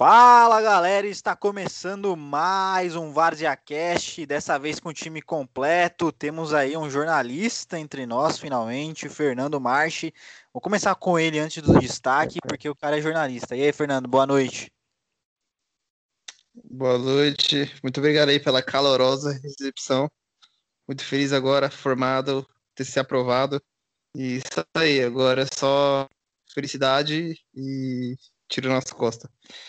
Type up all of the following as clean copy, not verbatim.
Fala galera, está começando mais um VarziaCast, dessa vez com o time completo. Temos aí um jornalista entre nós, finalmente, Fernando Marchi. Vou começar com ele antes do destaque, porque o cara é jornalista. E aí, Fernando, boa noite. Boa noite, muito obrigado aí pela calorosa recepção. Muito feliz agora, formado, ter se aprovado. E isso aí, agora é só felicidade e tiro nas costas.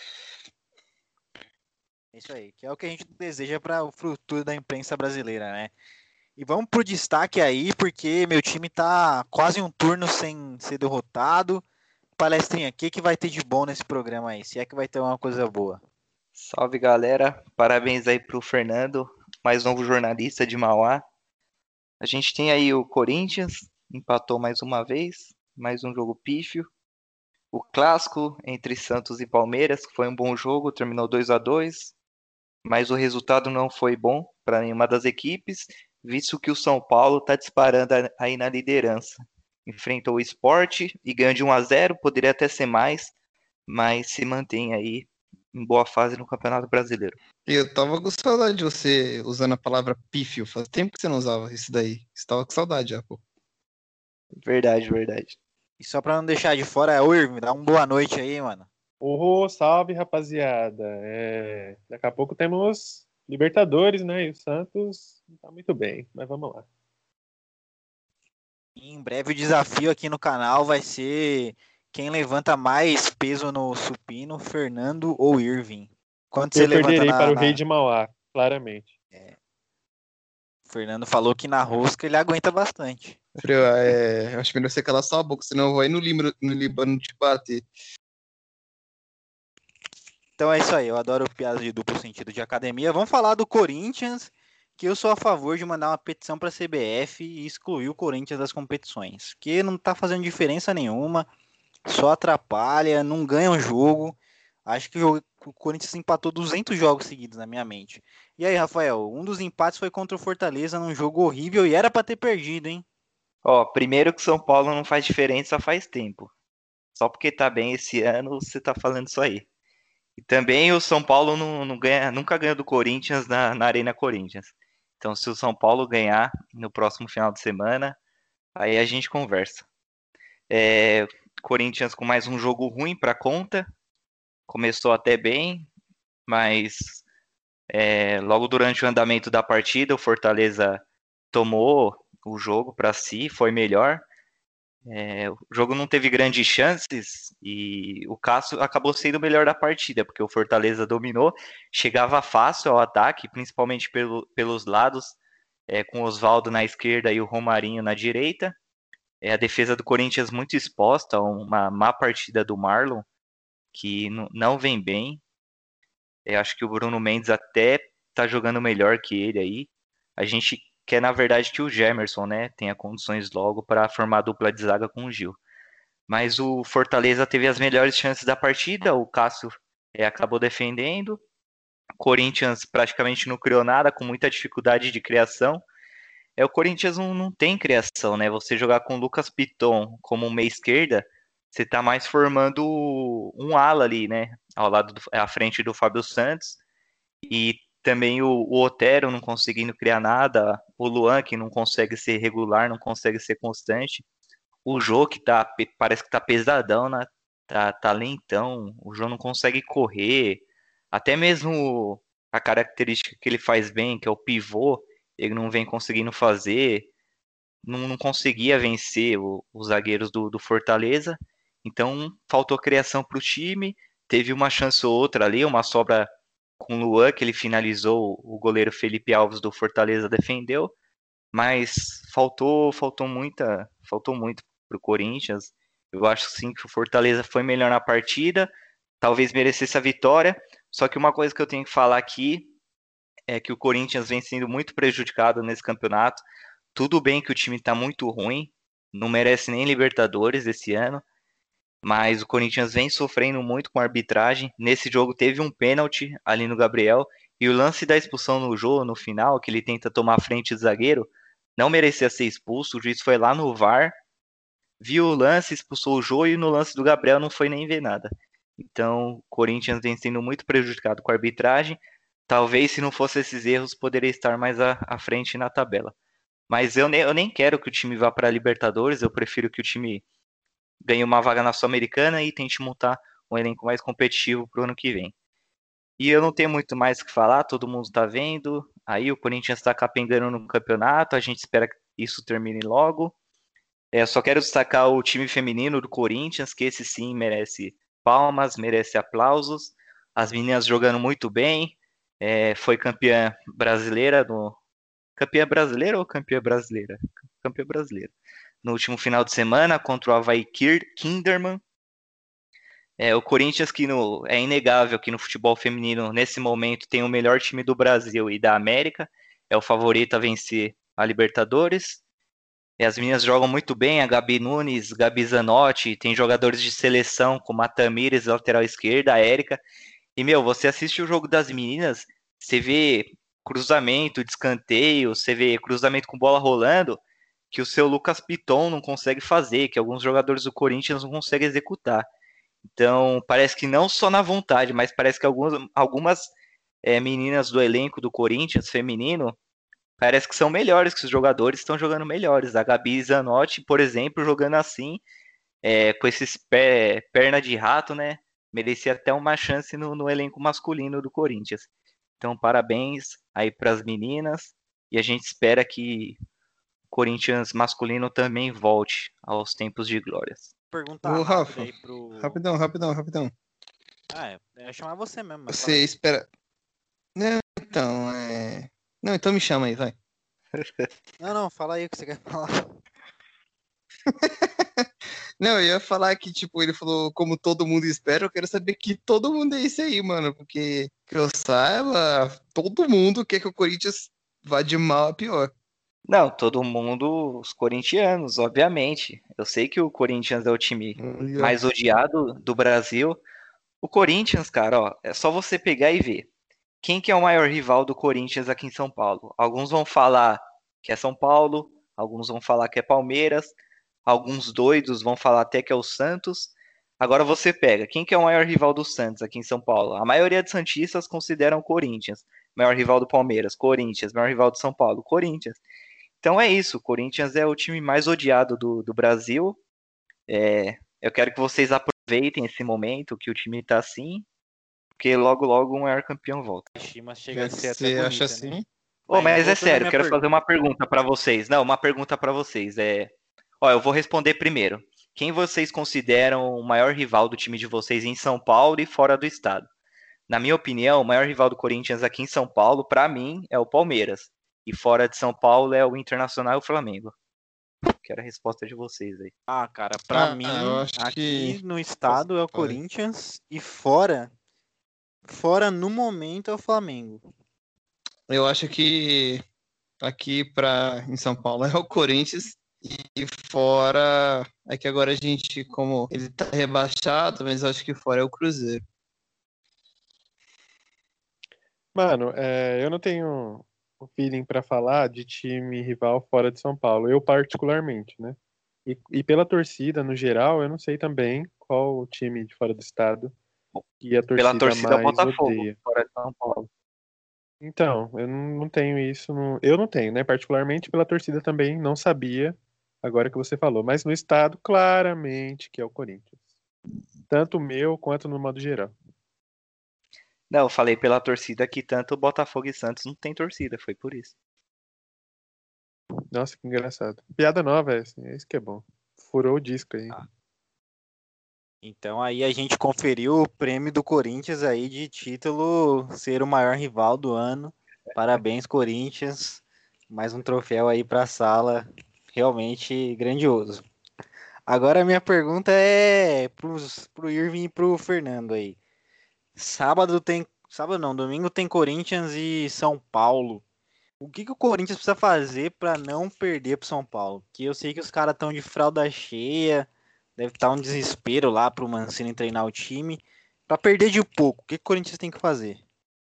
É isso aí, que é o que a gente deseja para o futuro da imprensa brasileira, né? E vamos pro destaque aí, porque meu time tá quase um turno sem ser derrotado. Palestrinha, o que vai ter de bom nesse programa aí? Se é que vai ter uma coisa boa. Salve galera, parabéns aí pro Fernando, mais novo jornalista de Mauá. A gente tem aí o Corinthians, empatou mais uma vez, mais um jogo pífio. O clássico entre Santos e Palmeiras, que foi um bom jogo, terminou 2-2, mas o resultado não foi bom para nenhuma das equipes, visto que o São Paulo está disparando aí na liderança. Enfrentou o Sport e ganhou de 1-0, poderia até ser mais, mas se mantém aí em boa fase no Campeonato Brasileiro. E eu tava com saudade de você usando a palavra pífio. Faz tempo que você não usava isso daí. Você tava com saudade já, pô. Verdade, verdade. E só pra não deixar de fora, ô Irving, dá uma boa noite aí, mano. Salve, rapaziada. Daqui a pouco temos Libertadores, né? E o Santos não tá muito bem, mas vamos lá. E em breve o desafio aqui no canal vai ser quem levanta mais peso no supino, Fernando ou Irving. Quanto você Eu levanta perderei para o na... Rei de Mauá, claramente. O Fernando falou que na rosca ele aguenta bastante. Frio, acho melhor você calar sua boca, senão eu vou aí no Líbano te bater. Então é isso aí, eu adoro piadas de duplo sentido de academia. Vamos falar do Corinthians, que eu sou a favor de mandar uma petição para a CBF e excluir o Corinthians das competições, que não tá fazendo diferença nenhuma, só atrapalha, não ganha um jogo. Acho que o Corinthians empatou 200 jogos seguidos na minha mente. E aí, Rafael, um dos empates foi contra o Fortaleza num jogo horrível e era para ter perdido, hein? Ó, primeiro que São Paulo não faz diferença faz tempo. Só porque tá bem esse ano, você tá falando isso aí. E também o São Paulo não ganha, nunca ganhou do Corinthians na Arena Corinthians. Então, se o São Paulo ganhar no próximo final de semana, aí a gente conversa. Corinthians com mais um jogo ruim pra conta. Começou até bem, mas logo durante o andamento da partida, o Fortaleza tomou o jogo para si, foi melhor. O jogo não teve grandes chances e o Cássio acabou sendo o melhor da partida, porque o Fortaleza dominou, chegava fácil ao ataque, principalmente pelos lados, com o Oswaldo na esquerda e o Romarinho na direita. A defesa do Corinthians muito exposta, uma má partida do Marlon, que não vem bem. Acho que o Bruno Mendes até tá jogando melhor que ele aí. A gente quer, na verdade, que o Gemerson, né, tenha condições logo para formar a dupla de zaga com o Gil. Mas o Fortaleza teve as melhores chances da partida, o Cássio acabou defendendo. O Corinthians praticamente não criou nada, com muita dificuldade de criação. O Corinthians não tem criação, né? Você jogar com o Lucas Piton como meia esquerda, você tá mais formando um ala ali, né? Ao lado à frente do Fábio Santos. E também o Otero não conseguindo criar nada, o Luan que não consegue ser regular, não consegue ser constante. O Jô que parece que tá pesadão, né? Tá lentão, o Jô não consegue correr. Até mesmo a característica que ele faz bem, que é o pivô, ele não vem conseguindo fazer. Não conseguia vencer os zagueiros do Fortaleza. Então faltou criação para o time. Teve uma chance ou outra ali, uma sobra com o Luan, que ele finalizou, o goleiro Felipe Alves do Fortaleza defendeu, mas faltou muito pro Corinthians. Eu acho sim que o Fortaleza foi melhor na partida, talvez merecesse a vitória, só que uma coisa que eu tenho que falar aqui é que o Corinthians vem sendo muito prejudicado nesse campeonato. Tudo bem que o time está muito ruim, não merece nem Libertadores esse ano, mas o Corinthians vem sofrendo muito com a arbitragem. Nesse jogo teve um pênalti ali no Gabriel, e o lance da expulsão no jogo, no final, que ele tenta tomar a frente do zagueiro, não merecia ser expulso. O juiz foi lá no VAR, viu o lance, expulsou o Jô, e no lance do Gabriel não foi nem ver nada. Então, o Corinthians vem sendo muito prejudicado com a arbitragem. Talvez, se não fosse esses erros, poderia estar mais à frente na tabela. Mas eu nem quero que o time vá para a Libertadores, eu prefiro que o time ganhe uma vaga na Sul-Americana e tente montar um elenco mais competitivo para o ano que vem. E eu não tenho muito mais o que falar, todo mundo está vendo. Aí o Corinthians está capengando no campeonato, a gente espera que isso termine logo. Só quero destacar o time feminino do Corinthians, que esse sim merece palmas, merece aplausos. As meninas jogando muito bem. Foi campeã brasileira no. Campeã brasileira ou campeã brasileira? Campeã brasileira. No último final de semana contra o Avaí Kinderman. O Corinthians, é inegável que no futebol feminino, nesse momento, tem o melhor time do Brasil e da América. É o favorito a vencer a Libertadores. E as meninas jogam muito bem, a Gabi Nunes, Gabi Zanotti, tem jogadores de seleção como a Tamires, lateral esquerda, a Érica. E, meu, você assiste o jogo das meninas, você vê cruzamento, de escanteio, você vê cruzamento com bola rolando, que o seu Lucas Piton não consegue fazer, que alguns jogadores do Corinthians não conseguem executar. Então, parece que não só na vontade, mas parece que algumas meninas do elenco do Corinthians feminino parece que são melhores, que os jogadores estão jogando melhores. A Gabi Zanotti, por exemplo, jogando assim, com esses perna de rato, né? Merecia até uma chance no elenco masculino do Corinthians. Então, parabéns aí para as meninas. E a gente espera que o Corinthians masculino também volte aos tempos de glórias. Perguntar Ô, rápido Rafa, aí pro. rapidão. Eu ia chamar você mesmo, mas fala Você aí. espera. Não, então, Não, então me chama aí, vai. Não, fala aí o que você quer falar. Não, eu ia falar que, tipo, ele falou como todo mundo espera, eu quero saber que todo mundo é esse aí, mano, porque que eu saiba, todo mundo quer que o Corinthians vá de mal a pior. Não, todo mundo, os corintianos, obviamente. Eu sei que o Corinthians é o time Olha. mais odiado do Brasil. O Corinthians, cara, ó, é só você pegar e ver. Quem que é o maior rival do Corinthians aqui em São Paulo? Alguns vão falar que é São Paulo, alguns vão falar que é Palmeiras, alguns doidos vão falar até que é o Santos. Agora você pega, quem que é o maior rival do Santos aqui em São Paulo? A maioria dos santistas consideram o Corinthians. Maior rival do Palmeiras, Corinthians. Maior rival do São Paulo, Corinthians. Então é isso, o Corinthians é o time mais odiado do Brasil. Eu quero que vocês aproveitem esse momento que o time tá assim, porque logo logo o maior campeão volta. Mas chega a ser até Você acha bonita, né? assim? Mas é Voltando à sério, minha quero fazer uma pergunta pra vocês. Não, uma pergunta pra vocês. Eu vou responder primeiro. Quem vocês consideram o maior rival do time de vocês em São Paulo e fora do estado? Na minha opinião, o maior rival do Corinthians aqui em São Paulo, pra mim, é o Palmeiras. E fora de São Paulo é o Internacional e o Flamengo. Quero a resposta de vocês aí. cara, pra Eu mim, acho aqui que. no estado é o Vai. Corinthians e fora no momento é o Flamengo. Eu acho que aqui em São Paulo é o Corinthians e fora é que agora a gente, como ele tá rebaixado, mas eu acho que fora é o Cruzeiro. Mano, eu não tenho o feeling pra falar de time rival fora de São Paulo. Eu particularmente, né? E pela torcida, no geral, eu não sei também qual o time de fora do estado que a Pela torcida torcida mais Botafogo, odeia. fora de São Paulo. Então, eu não tenho isso. Eu não tenho, né? Particularmente pela torcida também, não sabia, agora que você falou. Mas no estado, claramente que é o Corinthians. Tanto o meu quanto no modo geral. Não, eu falei pela torcida que tanto Botafogo e Santos não tem torcida, foi por isso. Nossa, que engraçado. Piada nova essa, é isso que é bom. Furou o disco aí. Então aí a gente conferiu o prêmio do Corinthians aí de título ser o maior rival do ano. Parabéns, Corinthians. Mais um troféu aí para a sala. Realmente grandioso. Agora a minha pergunta é pro Irving e pro Fernando aí. Sábado não, domingo tem Corinthians e São Paulo. O que o Corinthians precisa fazer para não perder pro São Paulo? Que eu sei que os caras estão de fralda cheia, deve estar um desespero lá pro Mancini treinar o time. Para perder de pouco, o que o Corinthians tem que fazer?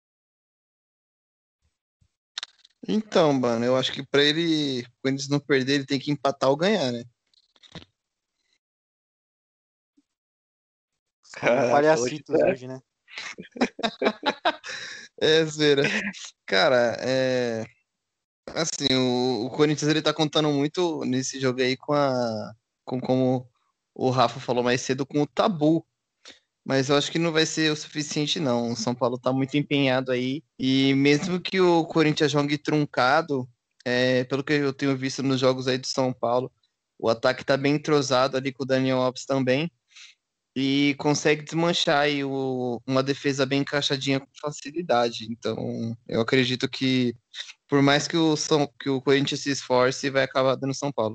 Então, mano, eu acho que pra ele, quando eles não perder, ele tem que empatar ou ganhar, né? Caraca, palhacitos hoje hoje, né? É, zoeira. Cara, assim, o Corinthians ele tá contando muito nesse jogo aí com como o Rafa falou mais cedo, com o tabu. Mas eu acho que não vai ser o suficiente, não. O São Paulo tá muito empenhado aí. E mesmo que o Corinthians jogue truncado, pelo que eu tenho visto nos jogos aí do São Paulo, o ataque tá bem entrosado ali com o Daniel Alves também. E consegue desmanchar aí uma defesa bem encaixadinha com facilidade. Então, eu acredito que, por mais que o Corinthians se esforce, vai acabar dando São Paulo.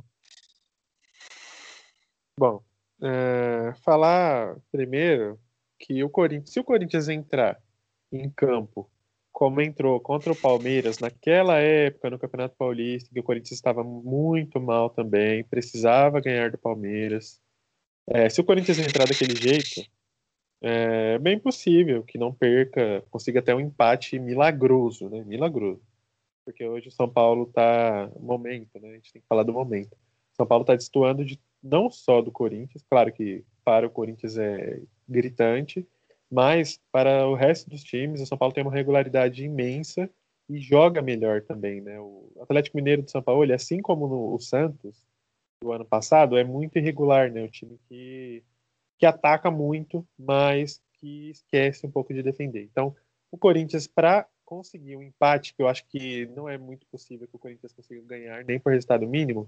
Bom, falar primeiro que se o Corinthians entrar em campo como entrou contra o Palmeiras naquela época no Campeonato Paulista, que o Corinthians estava muito mal também, precisava ganhar do Palmeiras. Se o Corinthians entrar daquele jeito, é bem possível que não perca, consiga até um empate milagroso, né? Milagroso. Porque hoje o São Paulo tá momento, né? A gente tem que falar do momento. São Paulo tá destoando não só do Corinthians, claro que para o Corinthians é gritante, mas para o resto dos times, o São Paulo tem uma regularidade imensa e joga melhor também, né? O Atlético Mineiro de São Paulo, assim como o Santos do ano passado, é muito irregular, né? O time que ataca muito, mas que esquece um pouco de defender. Então, o Corinthians, para conseguir um empate, que eu acho que não é muito possível que o Corinthians consiga ganhar, nem por resultado mínimo,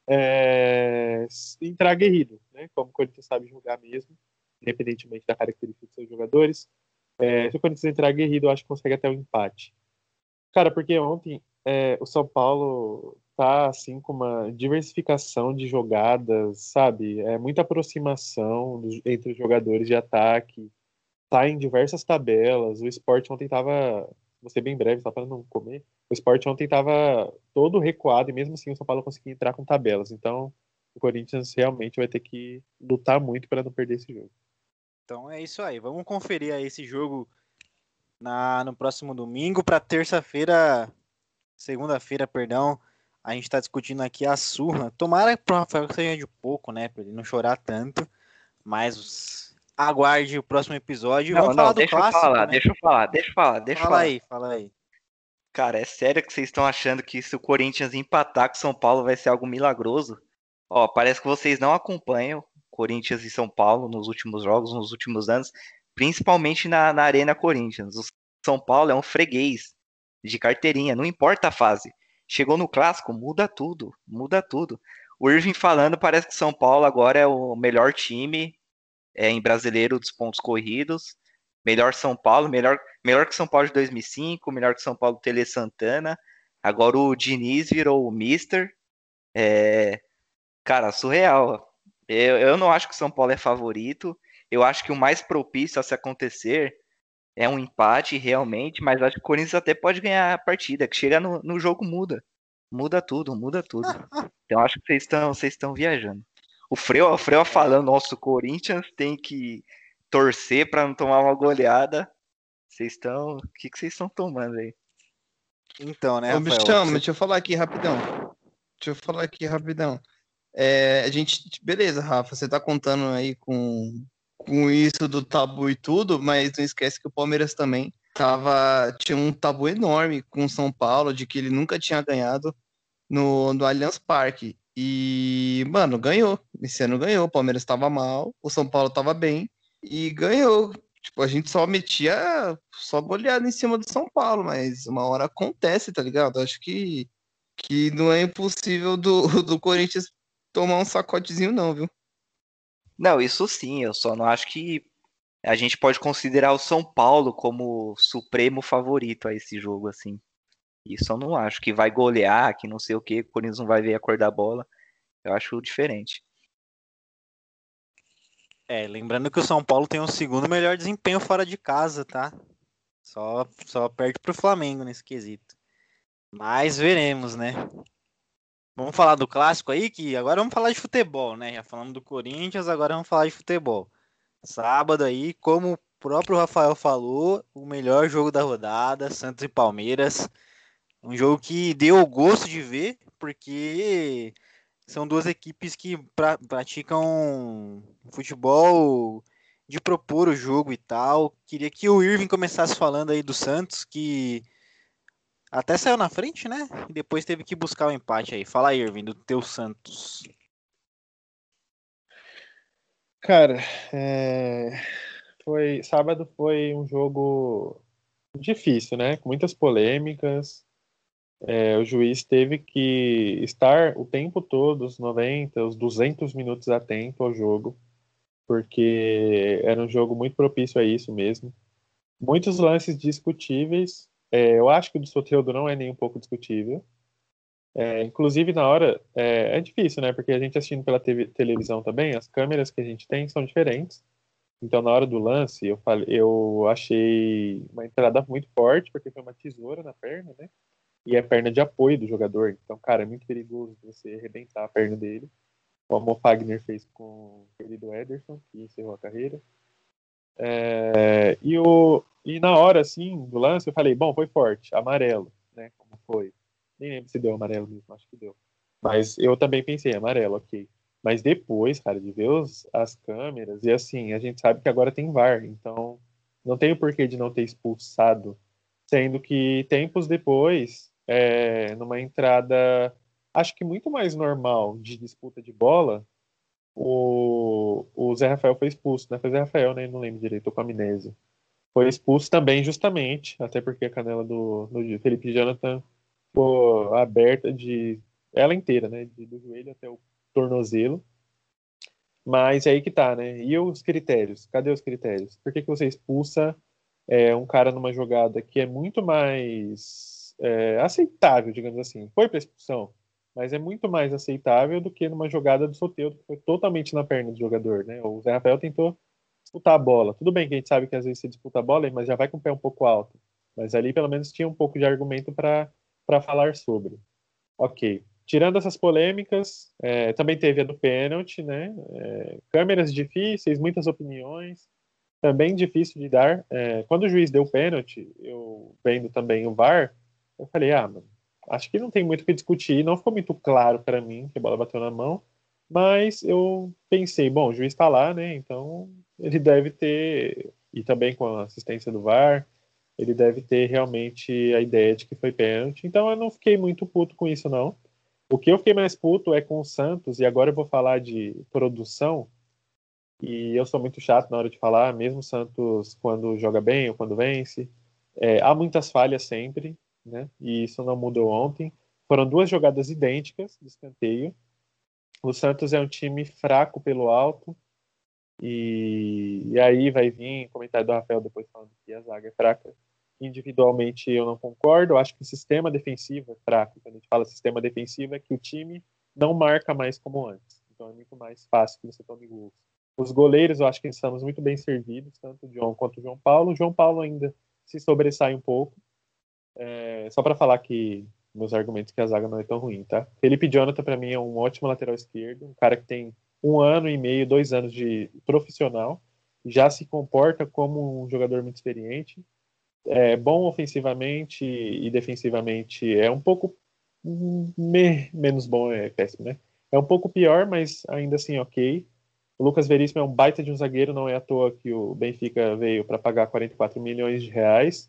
entrar aguerrido, né? Como o Corinthians sabe jogar mesmo, independentemente da característica dos seus jogadores. Se o Corinthians entrar aguerrido, eu acho que consegue até o empate. Cara, porque ontem o São Paulo tá assim com uma diversificação de jogadas, sabe? Muita aproximação entre os jogadores de ataque, tá em diversas tabelas. O Sport ontem tava, vou ser bem breve, só para não comer. O Sport ontem tava todo recuado e mesmo assim o São Paulo conseguia entrar com tabelas. Então, o Corinthians realmente vai ter que lutar muito para não perder esse jogo. Então é isso aí. Vamos conferir aí esse jogo no próximo domingo para terça-feira, segunda-feira, perdão. A gente está discutindo aqui a surra. Tomara pro Rafael que seja de pouco, né? Para ele não chorar tanto. Mas aguarde o próximo episódio. Não, Vamos falar não, do deixa eu clássico, falar, né? deixa eu falar, deixa eu falar, deixa eu Fala falar. aí, fala aí. Cara, é sério que vocês estão achando que se o Corinthians empatar com o São Paulo vai ser algo milagroso? Ó, parece que vocês não acompanham Corinthians e São Paulo nos últimos jogos, nos últimos anos, principalmente na Arena Corinthians. O São Paulo é um freguês de carteirinha, não importa a fase. Chegou no clássico, muda tudo, muda tudo. O Irving falando, parece que o São Paulo agora é o melhor time em brasileiro dos pontos corridos. Melhor São Paulo, melhor que São Paulo de 2005, melhor que São Paulo do Tele Santana. Agora o Diniz virou o Mister. É, cara, surreal. Eu não acho que o São Paulo é favorito. Eu acho que o mais propício a se acontecer é um empate, realmente, mas acho que o Corinthians até pode ganhar a partida, que chega no jogo muda. Muda tudo, muda tudo. Então acho que vocês estão viajando. O Freu É, falando, nosso Corinthians tem que torcer para não tomar uma goleada. O que vocês estão tomando aí? então, né, Ô, Rafael? bichão, deixa eu falar aqui rapidão. A gente, beleza, Rafa, você tá contando aí com isso do tabu e tudo, mas não esquece que o Palmeiras também tinha um tabu enorme com o São Paulo, de que ele nunca tinha ganhado no Allianz Parque. E, mano, ganhou. Esse ano ganhou. O Palmeiras tava mal, o São Paulo tava bem e ganhou. Tipo, a gente só metia só goleada em cima do São Paulo, mas uma hora acontece, tá ligado? Acho que não é impossível do Corinthians tomar um sacotezinho, não, viu? Não, isso sim, eu só não acho que a gente pode considerar o São Paulo como supremo favorito a esse jogo, assim. Isso eu não acho, que vai golear, que não sei o que, o Corinthians não vai ver a cor da bola. Eu acho diferente. Lembrando que o São Paulo tem o segundo melhor desempenho fora de casa, tá? Só perde pro Flamengo nesse quesito. Mas veremos, né? Vamos falar do clássico aí, que agora vamos falar de futebol, né? Já falamos do Corinthians, agora vamos falar de futebol. Sábado aí, como o próprio Rafael falou, o melhor jogo da rodada, Santos e Palmeiras. Um jogo que deu gosto de ver, porque são duas equipes que praticam futebol de propor o jogo e tal. Queria que o Irving começasse falando aí do Santos, que até saiu na frente, né? E depois teve que buscar o empate aí. Fala aí, Irving, do teu Santos. Cara, sábado foi um jogo difícil, né? Com muitas polêmicas. O juiz teve que estar o tempo todo, os 90, os 200 minutos atento ao jogo, porque era um jogo muito propício a isso mesmo. Muitos lances discutíveis. Eu acho que o do Soteldo não é nem um pouco discutível. Inclusive, na hora, é difícil, né? Porque a gente assistindo pela televisão também, as câmeras que a gente tem são diferentes. Então, na hora do lance, eu achei uma entrada muito forte, porque foi uma tesoura na perna, né? E é a perna de apoio do jogador. Então, cara, é muito perigoso você arrebentar a perna dele, como o Fagner fez com o querido Ederson, que encerrou a carreira. E na hora, assim, do lance, eu falei, bom, foi forte, amarelo, né? Como foi? Nem lembro se deu amarelo mesmo, acho que deu. Mas eu também pensei, amarelo, ok. Mas depois, cara, de ver as câmeras, e assim, a gente sabe que agora tem VAR, então não tem o porquê de não ter expulsado, sendo que tempos depois, numa entrada, acho que muito mais normal de disputa de bola, o Zé Rafael foi expulso, né? Foi Zé Rafael, né? Não lembro direito, tô com amnésia. Foi expulso também, justamente, até porque a canela do Felipe Jonathan ficou aberta de ela inteira, né? Do joelho até o tornozelo. Mas é aí que tá, né? E os critérios? Cadê os critérios? Por que você expulsa um cara numa jogada que é muito mais aceitável, digamos assim? Foi para expulsão, mas é muito mais aceitável do que numa jogada do Soteldo, que foi totalmente na perna do jogador, né? O Zé Rafael tentou disputar a bola. Tudo bem que a gente sabe que às vezes você disputa a bola, mas já vai com o pé um pouco alto. Mas ali pelo menos tinha um pouco de argumento para falar sobre. Ok. Tirando essas polêmicas, também teve a do pênalti, né? Câmeras difíceis, muitas opiniões, também difícil de dar. Quando o juiz deu pênalti, eu vendo também o VAR, eu falei, mano, acho que não tem muito o que discutir, não ficou muito claro para mim que a bola bateu na mão, mas eu pensei, bom, o juiz está lá, né? Então ele deve ter, e também com a assistência do VAR, ele deve ter realmente a ideia de que foi pênalti. Então eu não fiquei muito puto com isso, não. O que eu fiquei mais puto é com o Santos, e agora eu vou falar de produção, e eu sou muito chato na hora de falar, mesmo o Santos quando joga bem ou quando vence. Há muitas falhas sempre, né? E isso não mudou ontem. Foram duas jogadas idênticas de escanteio. O Santos é um time fraco pelo alto, e aí vai vir comentário do Rafael depois falando que a zaga é fraca. Individualmente eu não concordo, eu acho que o sistema defensivo é fraco. Quando a gente fala sistema defensivo é que o time não marca mais como antes. Então é muito mais fácil que você tome gols. Os goleiros eu acho que estamos muito bem servidos, tanto o John quanto o João Paulo. O João Paulo ainda se sobressai um pouco. Só para falar que meus argumentos que a zaga não é tão ruim, tá? Felipe Jonathan para mim é um ótimo lateral esquerdo, um cara que tem 1 ano e meio, 2 anos de profissional, já se comporta como um jogador muito experiente, é bom ofensivamente e defensivamente é um pouco menos bom, é péssimo, né? É um pouco pior, mas ainda assim ok. O Lucas Veríssimo é um baita de um zagueiro, não é à toa que o Benfica veio para pagar 44 milhões de reais.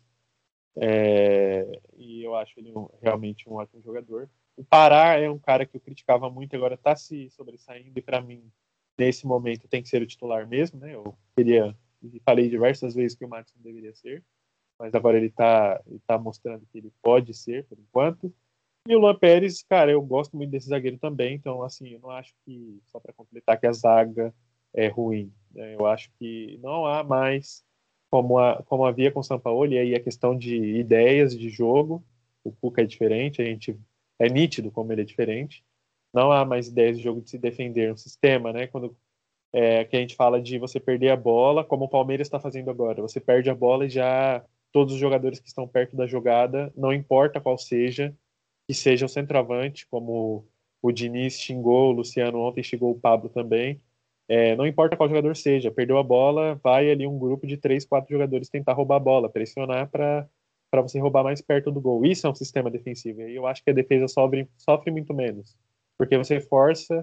E eu acho ele realmente um ótimo jogador. O Pará é um cara que eu criticava muito, agora está se sobressaindo, e para mim, nesse momento, tem que ser o titular mesmo, né? Eu queria, e falei diversas vezes que o Matos não deveria ser, mas agora ele tá mostrando que ele pode ser, por enquanto. E o Luan Pérez, cara, eu gosto muito desse zagueiro também, então, assim, eu não acho que, só para completar, que a zaga é ruim, né? Eu acho que não há mais, como havia com o Sampaoli, e aí a questão de ideias de jogo, o Cuca é diferente, a gente é nítido como ele é diferente, não há mais ideias de jogo de se defender um sistema, né? Quando que a gente fala de você perder a bola, como o Palmeiras está fazendo agora, você perde a bola e já todos os jogadores que estão perto da jogada, não importa qual seja, que seja o centroavante, como o Diniz xingou, o Luciano ontem xingou o Pablo também. Não importa qual jogador seja, perdeu a bola, vai ali um grupo de 3, 4 jogadores tentar roubar a bola, pressionar para você roubar mais perto do gol. Isso é um sistema defensivo. E eu acho que a defesa sofre muito menos, porque você força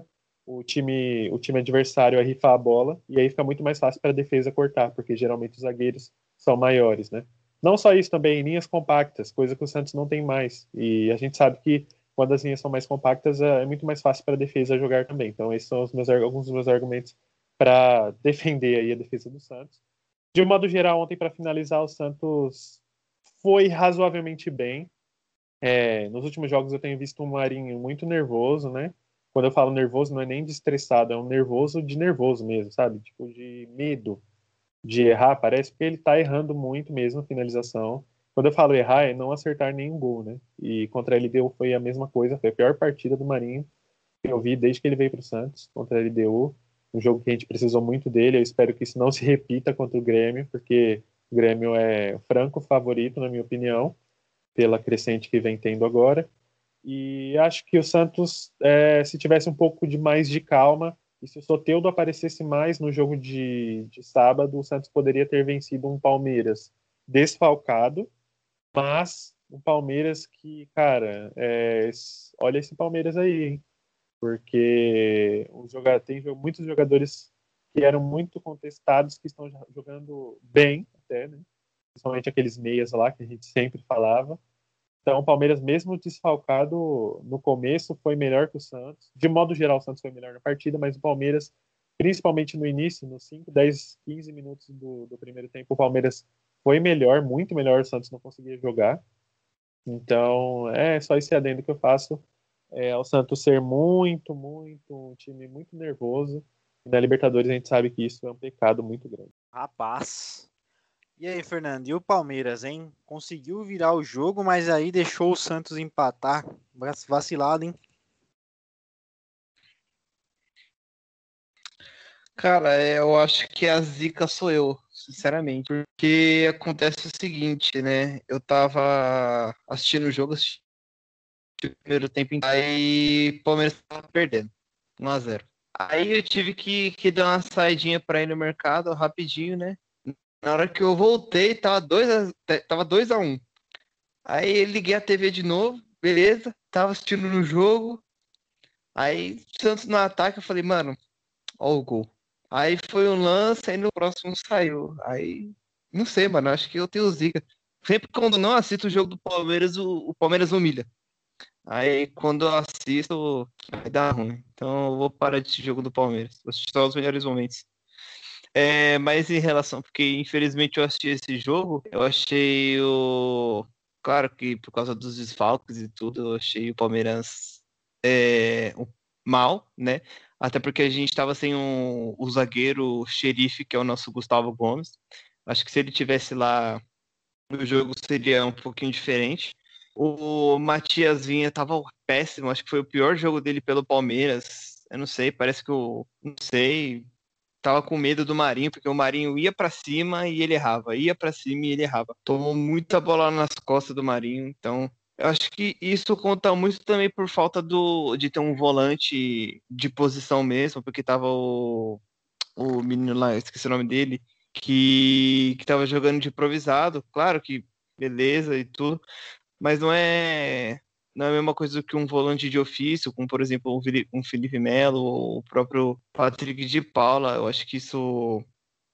o time adversário a rifar a bola, e aí fica muito mais fácil para a defesa cortar, porque geralmente os zagueiros são maiores, né? Não só isso, também linhas compactas, coisa que o Santos não tem mais. E a gente sabe que quando as linhas são mais compactas, é muito mais fácil para a defesa jogar também. Então, esses são alguns dos meus argumentos para defender aí a defesa do Santos. De um modo geral, ontem, para finalizar, o Santos foi razoavelmente bem. Nos últimos jogos eu tenho visto um Marinho muito nervoso, né? Quando eu falo nervoso, não é nem de estressado, é um nervoso de nervoso mesmo, sabe? Tipo, de medo de errar, parece que ele tá errando muito mesmo a finalização. Quando eu falo errar, é não acertar nenhum gol, né? E contra a LDU foi a mesma coisa, foi a pior partida do Marinho que eu vi desde que ele veio para o Santos, contra a LDU. Um jogo que a gente precisou muito dele, eu espero que isso não se repita contra o Grêmio, porque o Grêmio é o franco favorito, na minha opinião, pela crescente que vem tendo agora. E acho que o Santos, se tivesse um pouco de mais de calma, e se o Soteldo aparecesse mais no jogo de sábado, o Santos poderia ter vencido um Palmeiras desfalcado, mas um Palmeiras que, cara, olha esse Palmeiras aí, hein? Porque tem muitos jogadores que eram muito contestados que estão jogando bem até, né? Principalmente aqueles meias lá que a gente sempre falava. Então, o Palmeiras, mesmo desfalcado no começo, foi melhor que o Santos. De modo geral, o Santos foi melhor na partida, mas o Palmeiras, principalmente no início, nos 5, 10, 15 minutos do primeiro tempo, o Palmeiras foi melhor, muito melhor. O Santos não conseguia jogar. Então, é só esse adendo que eu faço. O Santos ser muito, muito, um time muito nervoso. E na Libertadores a gente sabe que isso é um pecado muito grande. Rapaz. E aí, Fernando, e o Palmeiras, hein? Conseguiu virar o jogo, mas aí deixou o Santos empatar. Vacilado, hein? Cara, eu acho que a zica sou eu, sinceramente. Porque acontece o seguinte, né? Eu tava assistindo o jogo, assisti o primeiro tempo, aí o Palmeiras tava perdendo, 1-0. Aí eu tive que dar uma saidinha pra ir no mercado rapidinho, né? Na hora que eu voltei, tava 2-1. Aí liguei a TV de novo, beleza, tava assistindo no jogo. Aí, Santos no ataque, eu falei, mano, ó o gol. Aí foi um lance, aí no próximo saiu. Aí, não sei, mano, acho que eu tenho zica. Sempre quando não assisto o jogo do Palmeiras, o Palmeiras humilha. Aí quando eu assisto, vai dar ruim. Então eu vou parar de assistir jogo do Palmeiras. Vou assistir só os melhores momentos. Mas em relação, porque infelizmente eu assisti esse jogo, eu achei o. Claro que por causa dos desfalques e tudo, eu achei o Palmeiras mal, né? Até porque a gente estava sem o zagueiro xerife, que é o nosso Gustavo Gomes. Acho que se ele tivesse lá, o jogo seria um pouquinho diferente. O Matias Vinha tava péssimo, acho que foi o pior jogo dele pelo Palmeiras. Eu não sei, parece que eu não sei, tava com medo do Marinho, porque o Marinho ia pra cima e ele errava, ia pra cima e ele errava. Tomou muita bola nas costas do Marinho, então eu acho que isso conta muito também por falta de ter um volante de posição mesmo, porque tava o menino lá, eu esqueci o nome dele, que tava jogando de improvisado, claro que beleza e tudo, mas não é a mesma coisa do que um volante de ofício, como por exemplo um Felipe Melo ou o próprio Patrick de Paula. Eu acho que isso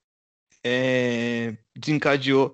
desencadeou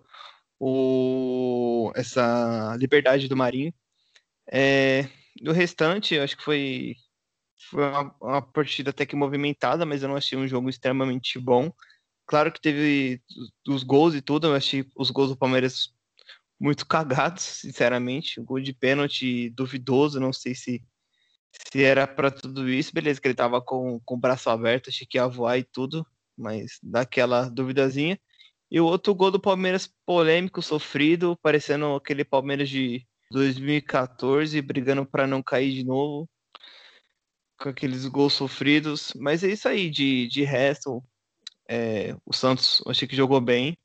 essa liberdade do Marinho. Do restante, eu acho que foi uma partida até que movimentada, mas eu não achei um jogo extremamente bom. Claro que teve os gols e tudo, eu achei os gols do Palmeiras muito cagados, sinceramente. Um gol de pênalti duvidoso, não sei se era para tudo isso. Beleza, que ele tava com o braço aberto, achei que ia voar e tudo, mas daquela duvidazinha. E o outro gol do Palmeiras polêmico, sofrido, parecendo aquele Palmeiras de 2014, brigando para não cair de novo, com aqueles gols sofridos. Mas é isso aí, de resto, o Santos eu achei que jogou bem.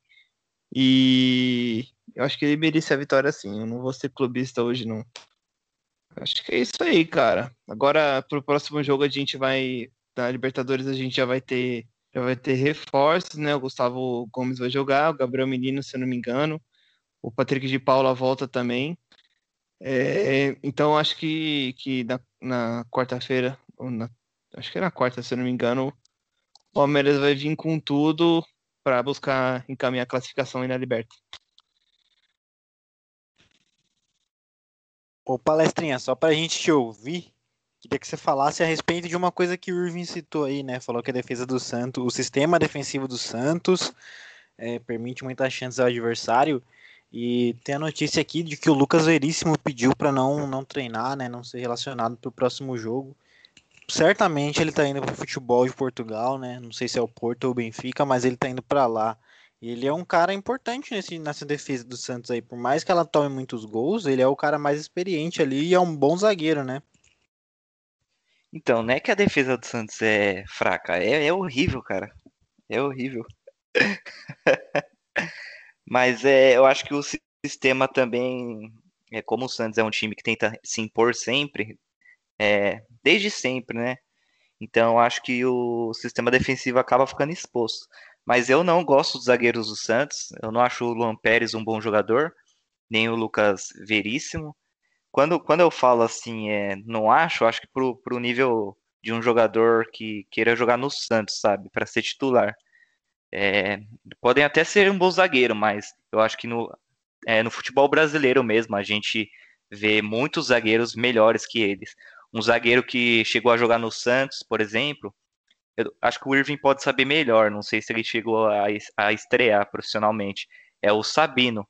E eu acho que ele merecia a vitória sim. Eu não vou ser clubista hoje, não. Acho que é isso aí, cara. Agora, pro próximo jogo, a gente vai. Na Libertadores, a gente já vai ter reforços, né? O Gustavo Gomes vai jogar, o Gabriel Menino, se eu não me engano. O Patrick de Paula volta também. Então, acho que na quarta-feira, ou acho que é na quarta, se eu não me engano, o Palmeiras vai vir com tudo para buscar encaminhar a classificação aí na Liberta. Ô, Palestrinha, só pra gente te ouvir, queria que você falasse a respeito de uma coisa que o Irving citou aí, né? Falou que a defesa do Santos, o sistema defensivo do Santos permite muitas chances ao adversário. E tem a notícia aqui de que o Lucas Veríssimo pediu para não treinar, né? Não ser relacionado para o próximo jogo. Certamente ele tá indo pro futebol de Portugal, né? Não sei se é o Porto ou o Benfica, mas ele tá indo para lá. E ele é um cara importante nessa defesa do Santos aí. Por mais que ela tome muitos gols, ele é o cara mais experiente ali e é um bom zagueiro, né? Então, não é que a defesa do Santos é fraca, é horrível, cara. É horrível. Mas eu acho que o sistema também, como o Santos é um time que tenta se impor sempre, desde sempre, né? Então, eu acho que o sistema defensivo acaba ficando exposto. Mas eu não gosto dos zagueiros do Santos. Eu não acho o Luan Pérez um bom jogador, nem o Lucas Veríssimo. Quando eu falo assim, não acho, acho que pro nível de um jogador que queira jogar no Santos, sabe? Para ser titular. É, podem até ser um bom zagueiro, mas eu acho que no futebol brasileiro mesmo, a gente vê muitos zagueiros melhores que eles. Um zagueiro que chegou a jogar no Santos, por exemplo, eu acho que o Irving pode saber melhor, não sei se ele chegou a estrear profissionalmente. É o Sabino.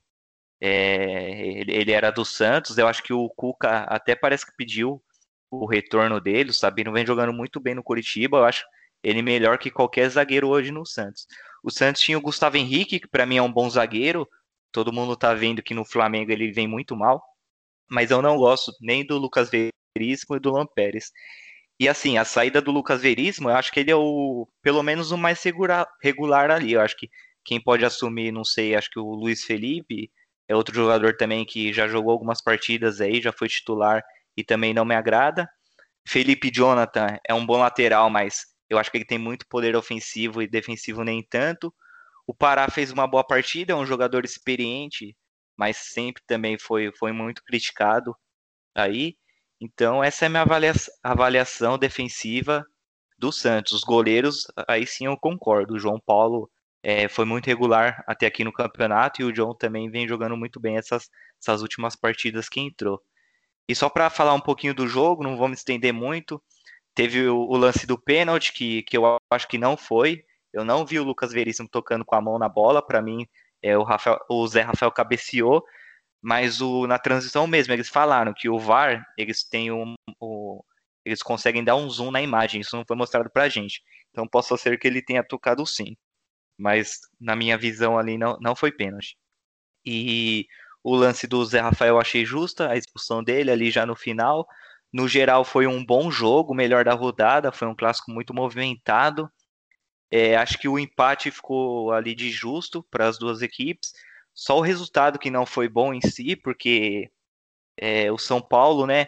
Ele era do Santos, eu acho que o Cuca até parece que pediu o retorno dele. O Sabino vem jogando muito bem no Curitiba, eu acho ele melhor que qualquer zagueiro hoje no Santos. O Santos tinha o Gustavo Henrique, que para mim é um bom zagueiro, todo mundo tá vendo que no Flamengo ele vem muito mal, mas eu não gosto nem do Lucas Veríssimo e do Lampérez. E assim, a saída do Lucas Veríssimo, eu acho que ele é pelo menos o mais regular ali. Eu acho que quem pode assumir, não sei, acho que o Luiz Felipe é outro jogador também que já jogou algumas partidas aí, já foi titular e também não me agrada. Felipe Jonathan é um bom lateral, mas eu acho que ele tem muito poder ofensivo e defensivo nem tanto. O Pará fez uma boa partida, é um jogador experiente, mas sempre também foi muito criticado aí. Então, essa é a minha avaliação defensiva do Santos. Os goleiros, aí sim eu concordo. O João Paulo foi muito regular até aqui no campeonato e o John também vem jogando muito bem essas últimas partidas que entrou. E só para falar um pouquinho do jogo, não vou me estender muito, teve o lance do pênalti, que eu acho que não foi. Eu não vi o Lucas Veríssimo tocando com a mão na bola. Para mim, o Zé Rafael cabeceou, mas na transição mesmo, eles falaram que o VAR, eles têm eles conseguem dar um zoom na imagem, isso não foi mostrado pra gente. Então possa ser que ele tenha tocado sim, mas na minha visão ali não foi pênalti. E o lance do Zé Rafael eu achei justa, a expulsão dele ali já no final. No geral foi um bom jogo, o melhor da rodada, foi um clássico muito movimentado. Acho que o empate ficou ali de justo para as duas equipes. Só o resultado que não foi bom em si, porque o São Paulo, né,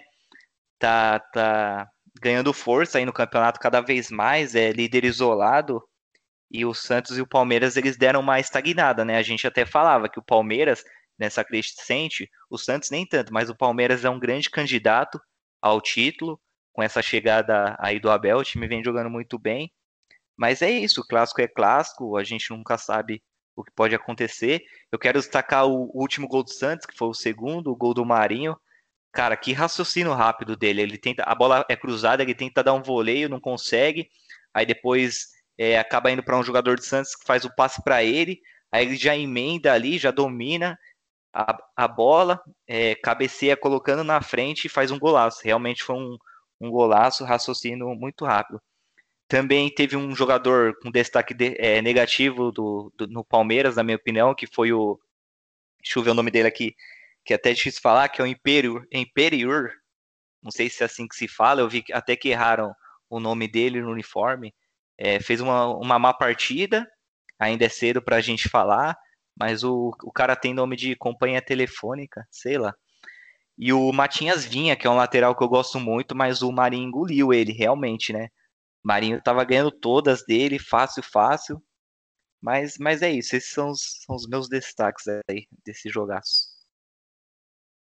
tá ganhando força aí no campeonato cada vez mais, é líder isolado, e o Santos e o Palmeiras eles deram uma estagnada, né? A gente até falava que o Palmeiras nessa crescente, o Santos nem tanto, mas o Palmeiras é um grande candidato ao título com essa chegada aí do Abel, o time vem jogando muito bem. Mas é isso, o clássico é clássico, a gente nunca sabe o que pode acontecer. Eu quero destacar o último gol do Santos, que foi o segundo, o gol do Marinho. Cara, que raciocínio rápido dele. Ele tenta, a bola é cruzada, ele tenta dar um voleio, não consegue. Aí depois acaba indo para um jogador de Santos que faz o passe para ele. Aí ele já emenda ali, já domina a bola, cabeceia colocando na frente e faz um golaço. Realmente foi um golaço, raciocínio muito rápido. Também teve um jogador com destaque negativo no Palmeiras, na minha opinião, que foi o. Deixa eu ver o nome dele aqui, que é até difícil falar, que é o Imperiur. Não sei se é assim que se fala, eu vi até que erraram o nome dele no uniforme. Fez uma má partida, ainda é cedo para a gente falar, mas o cara tem nome de companhia telefônica, sei lá. E o Matinhas Vinha, que é um lateral que eu gosto muito, mas o Marinho engoliu ele, realmente, né? Marinho tava ganhando todas dele, fácil, fácil. Mas é isso, esses são os meus destaques aí desse jogaço.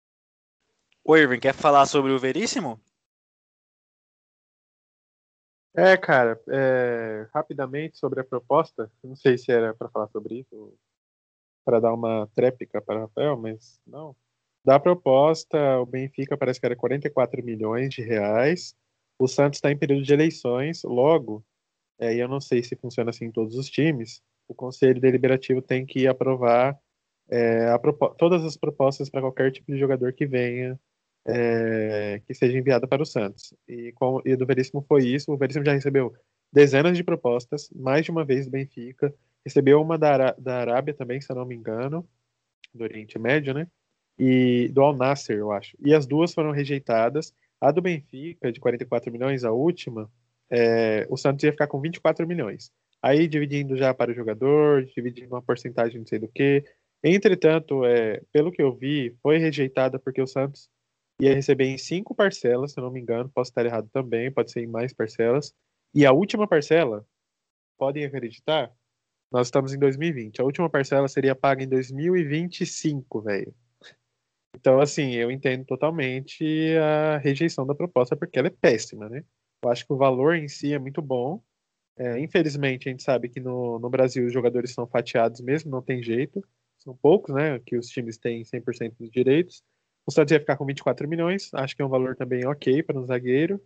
O Irving, quer falar sobre o Veríssimo? Cara, rapidamente sobre a proposta, não sei se era para falar sobre isso, para dar uma tréplica para o Rafael, mas não. Da proposta, o Benfica parece que era 44 milhões de reais. O Santos está em período de eleições, logo, e eu não sei se funciona assim em todos os times, o Conselho Deliberativo tem que aprovar todas as propostas para qualquer tipo de jogador que venha, que seja enviada para o Santos. E do Veríssimo foi isso. O Veríssimo já recebeu dezenas de propostas, mais de uma vez do Benfica. Recebeu uma da Arábia também, se eu não me engano, do Oriente Médio, né? E do Al Nassr, eu acho. E as duas foram rejeitadas. A do Benfica, de 44 milhões, a última, o Santos ia ficar com 24 milhões. Aí dividindo já para o jogador, dividindo uma porcentagem não sei do que. Entretanto, pelo que eu vi, foi rejeitada porque o Santos ia receber em 5 parcelas, se eu não me engano. Posso estar errado também, pode ser em mais parcelas. E a última parcela, podem acreditar, nós estamos em 2020. A última parcela seria paga em 2025, velho. Então, assim, eu entendo totalmente a rejeição da proposta, porque ela é péssima, né? Eu acho que o valor em si é muito bom. Infelizmente, a gente sabe que no Brasil os jogadores são fatiados mesmo, não tem jeito. São poucos, né? Que os times têm 100% dos direitos. O Santos ia ficar com 24 milhões, acho que é um valor também ok para um zagueiro,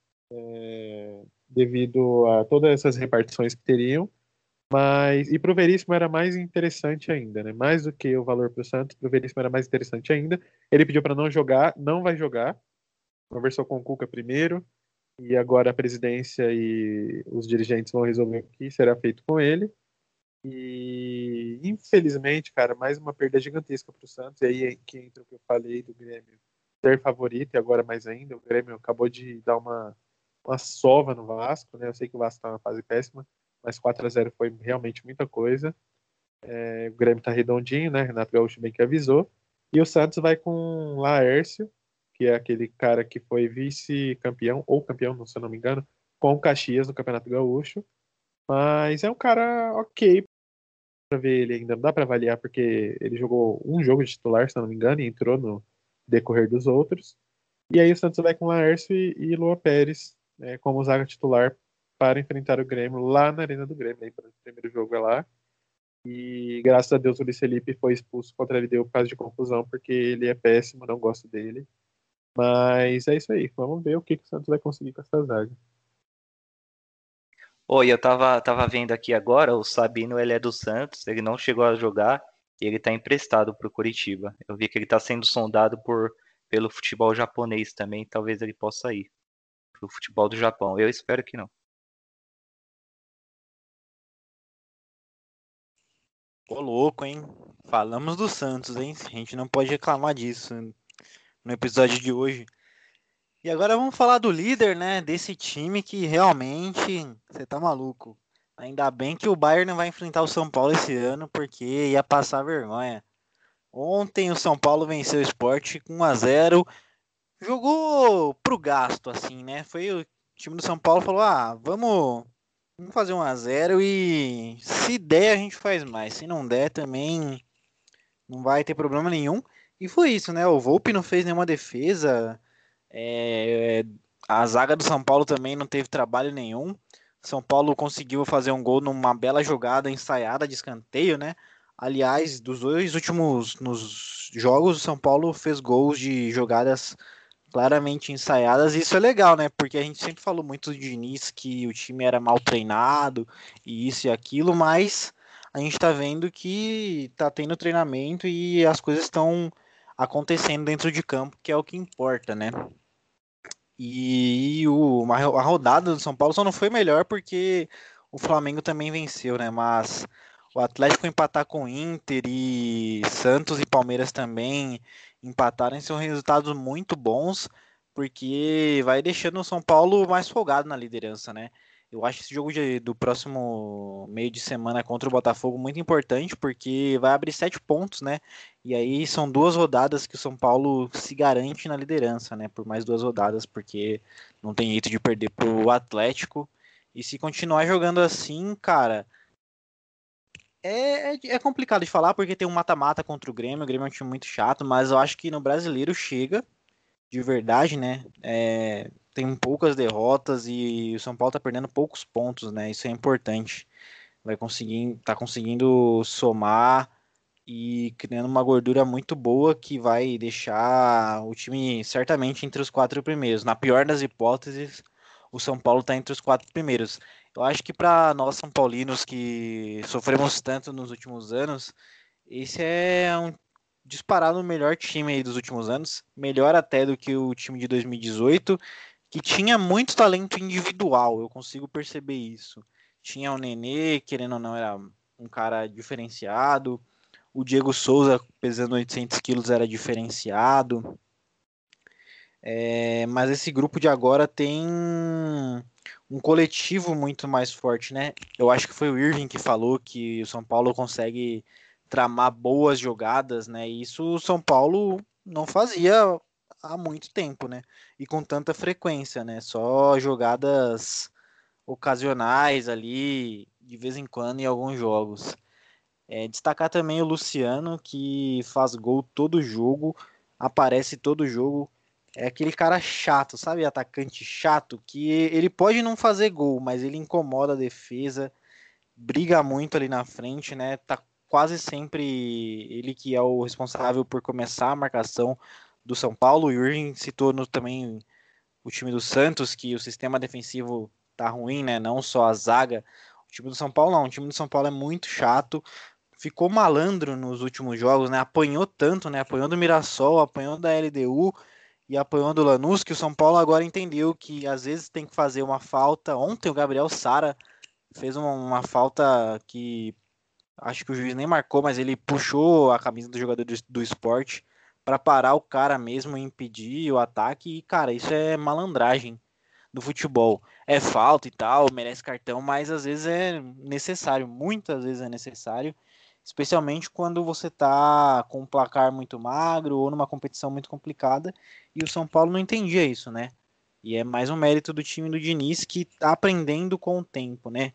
devido a todas essas repartições que teriam. Mas, e pro Veríssimo era mais interessante ainda, né? Mais do que o valor pro Santos, pro Veríssimo era mais interessante ainda. Ele pediu para não jogar, não vai jogar. Conversou com o Cuca primeiro, e agora a presidência e os dirigentes vão resolver o que será feito com ele. E, infelizmente, cara, mais uma perda gigantesca pro Santos. E aí que entra o que eu falei do Grêmio ser favorito, e agora mais ainda. O Grêmio acabou de dar uma sova no Vasco, né? Eu sei que o Vasco tá numa fase péssima, mas 4-0 foi realmente muita coisa. O Grêmio tá redondinho, né? Renato Gaúcho bem que avisou. E o Santos vai com Laércio, que é aquele cara que foi vice-campeão, ou campeão, se eu não me engano, com o Caxias no Campeonato Gaúcho. Mas é um cara ok pra ver ele ainda. Não dá pra avaliar porque ele jogou um jogo de titular, se eu não me engano, e entrou no decorrer dos outros. E aí o Santos vai com Laércio e Lua Pérez, como zaga titular para enfrentar o Grêmio lá na Arena do Grêmio. Aí, o primeiro jogo é lá. E graças a Deus o Luiz Felipe foi expulso contra a LDU por causa de confusão, porque ele é péssimo, não gosto dele. Mas é isso aí. Vamos ver o que o Santos vai conseguir com essa zaga. Oi, eu tava vendo aqui agora, o Sabino, ele é do Santos, ele não chegou a jogar e ele tá emprestado pro Coritiba. Eu vi que ele tá sendo sondado pelo futebol japonês também, talvez ele possa ir pro futebol do Japão. Eu espero que não. Ô, louco, hein? Falamos do Santos, hein? A gente não pode reclamar disso no episódio de hoje. E agora vamos falar do líder, né? Desse time que realmente você tá maluco. Ainda bem que o Bayern não vai enfrentar o São Paulo esse ano, porque ia passar vergonha. Ontem o São Paulo venceu o Sport com 1-0. Jogou pro gasto, assim, né? Foi o time do São Paulo falou: ah, vamos fazer 1-0 e se der a gente faz mais. Se não der também não vai ter problema nenhum. E foi isso, né? O Volpi não fez nenhuma defesa. É, a zaga do São Paulo também não teve trabalho nenhum. São Paulo conseguiu fazer um gol numa bela jogada ensaiada de escanteio, né? Aliás, dos dois últimos nos jogos, o São Paulo fez gols de jogadas claramente ensaiadas. E isso é legal, né? Porque a gente sempre falou muito do Diniz que o time era mal treinado e isso e aquilo, mas a gente tá vendo que tá tendo treinamento e as coisas estão acontecendo dentro de campo, que é o que importa, né? E a rodada do São Paulo só não foi melhor porque o Flamengo também venceu, né? Mas o Atlético empatar com o Inter e Santos e Palmeiras também empatarem são resultados muito bons, porque vai deixando o São Paulo mais folgado na liderança, né? Eu acho esse jogo do próximo meio de semana contra o Botafogo muito importante, porque vai abrir 7 pontos, né? E aí são 2 rodadas que o São Paulo se garante na liderança, né? Por mais 2 rodadas, porque não tem jeito de perder pro Atlético. E se continuar jogando assim, cara, é complicado de falar porque tem um mata-mata contra o Grêmio. O Grêmio é um time muito chato, mas eu acho que no brasileiro chega. de verdade, né? Tem poucas derrotas e o São Paulo tá perdendo poucos pontos, né? Isso é importante. Tá conseguindo somar e criando uma gordura muito boa que vai deixar o time certamente entre os quatro primeiros. Na pior das hipóteses, o São Paulo está entre os quatro primeiros. Eu acho que para nós São Paulinos que sofremos tanto nos últimos anos, esse é um disparado o melhor time aí dos últimos anos, melhor até do que o time de 2018, que tinha muito talento individual, eu consigo perceber isso. Tinha o Nenê, querendo ou não, era um cara diferenciado. O Diego Souza, pesando 800 quilos, era diferenciado. Mas esse grupo de agora tem um coletivo muito mais forte, né? Eu acho que foi o Irving que falou que o São Paulo consegue tramar boas jogadas, né? E isso o São Paulo não fazia há muito tempo, né? E com tanta frequência, né? Só jogadas ocasionais ali, de vez em quando, em alguns jogos. Destacar também o Luciano, que faz gol todo jogo, aparece todo jogo. É aquele cara chato, sabe? Atacante chato, que ele pode não fazer gol, mas ele incomoda a defesa, briga muito ali na frente, né? Tá quase sempre ele que é o responsável por começar a marcação do São Paulo. O Yuri citou também o time do Santos, que o sistema defensivo tá ruim, né? Não só a zaga. O time do São Paulo não, o time do São Paulo é muito chato, ficou malandro nos últimos jogos, né? Apanhou tanto, né? Apanhou do Mirassol, apanhou da LDU e apanhou do Lanús, que o São Paulo agora entendeu que às vezes tem que fazer uma falta. Ontem o Gabriel Sara fez uma falta que acho que o juiz nem marcou, mas ele puxou a camisa do jogador do esporte para parar o cara mesmo e impedir o ataque. E, cara, isso é malandragem do futebol. É falta e tal, merece cartão, mas às vezes é necessário, muitas vezes é necessário, especialmente quando você tá com um placar muito magro ou numa competição muito complicada, e o São Paulo não entendia isso, né? E é mais um mérito do time do Diniz que tá aprendendo com o tempo, né?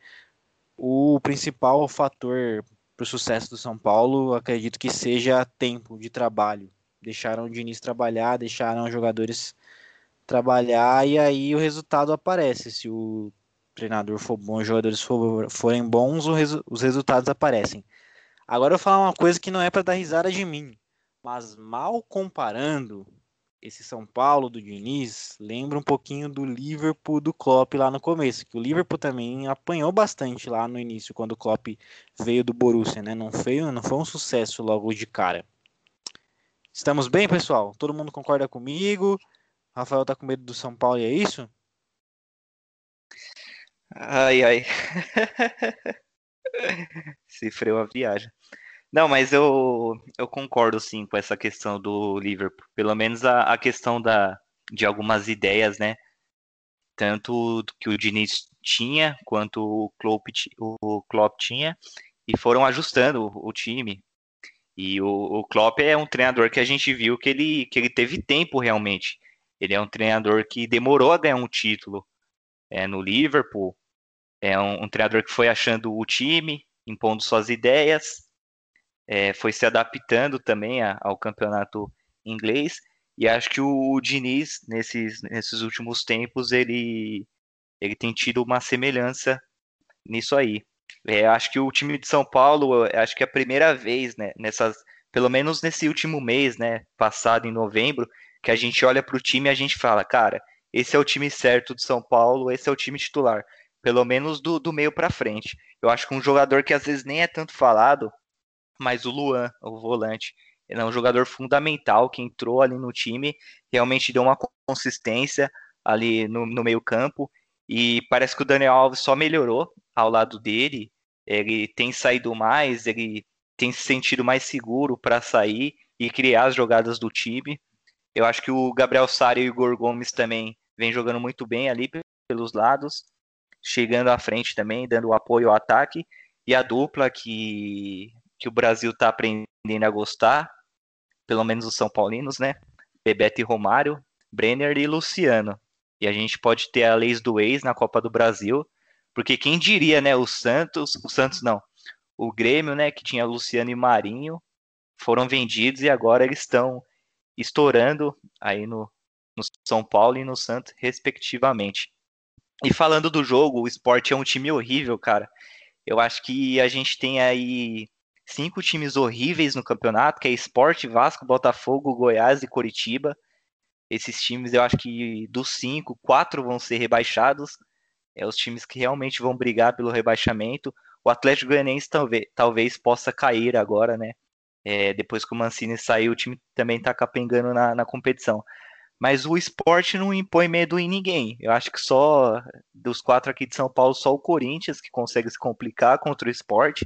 O principal fator para o sucesso do São Paulo, acredito que seja tempo de trabalho. Deixaram o Diniz trabalhar, deixaram os jogadores trabalhar e aí o resultado aparece. Se o treinador for bom, os jogadores forem bons, os resultados aparecem. Agora eu vou falar uma coisa que não é para dar risada de mim, mas mal comparando, esse São Paulo do Diniz lembra um pouquinho do Liverpool do Klopp lá no começo, que o Liverpool também apanhou bastante lá no início quando o Klopp veio do Borussia, né? Não foi um sucesso logo de cara. Estamos bem, pessoal? Todo mundo concorda comigo? Rafael tá com medo do São Paulo e é isso? Ai, ai. Se freou a viagem. Não, mas eu concordo sim com essa questão do Liverpool. Pelo menos a questão de algumas ideias, né? Tanto que o Diniz tinha, quanto o Klopp tinha, e foram ajustando o time. E o Klopp é um treinador que a gente viu que ele teve tempo realmente. Ele é um treinador que demorou a ganhar um título no Liverpool. É um treinador que foi achando o time, impondo suas ideias, foi se adaptando também ao campeonato inglês. E acho que o Diniz, nesses últimos tempos, ele tem tido uma semelhança nisso aí. Acho que o time de São Paulo, acho que é a primeira vez, né, pelo menos nesse último mês, né, passado em novembro, que a gente olha para o time e a gente fala, cara, esse é o time certo de São Paulo, esse é o time titular, pelo menos do meio para frente. Eu acho que um jogador que às vezes nem é tanto falado, mas o Luan, o volante, ele é um jogador fundamental que entrou ali no time, realmente deu uma consistência ali no meio campo, e parece que o Daniel Alves só melhorou ao lado dele, ele tem saído mais, ele tem se sentido mais seguro para sair e criar as jogadas do time. Eu acho que o Gabriel Sara e o Igor Gomes também vem jogando muito bem ali pelos lados, chegando à frente também, dando apoio ao ataque, e a dupla que o Brasil está aprendendo a gostar, pelo menos os São Paulinos, né? Bebeto e Romário, Brenner e Luciano. E a gente pode ter a Leis do Ex na Copa do Brasil, porque quem diria, né? O Santos não, o Grêmio, né? Que tinha Luciano e Marinho, foram vendidos e agora eles estão estourando aí no São Paulo e no Santos, respectivamente. E falando do jogo, o Sport é um time horrível, cara. Eu acho que a gente tem aí 5 times horríveis no campeonato, que é Sport, Vasco, Botafogo, Goiás e Coritiba. Esses times, eu acho que dos 5, 4 vão ser rebaixados. É os times que realmente vão brigar pelo rebaixamento. O Atlético Goianiense talvez possa cair agora, né? Depois que o Mancini saiu, o time também está capengando na competição. Mas o Sport não impõe medo em ninguém. Eu acho que só dos 4 aqui de São Paulo, só o Corinthians que consegue se complicar contra o Sport.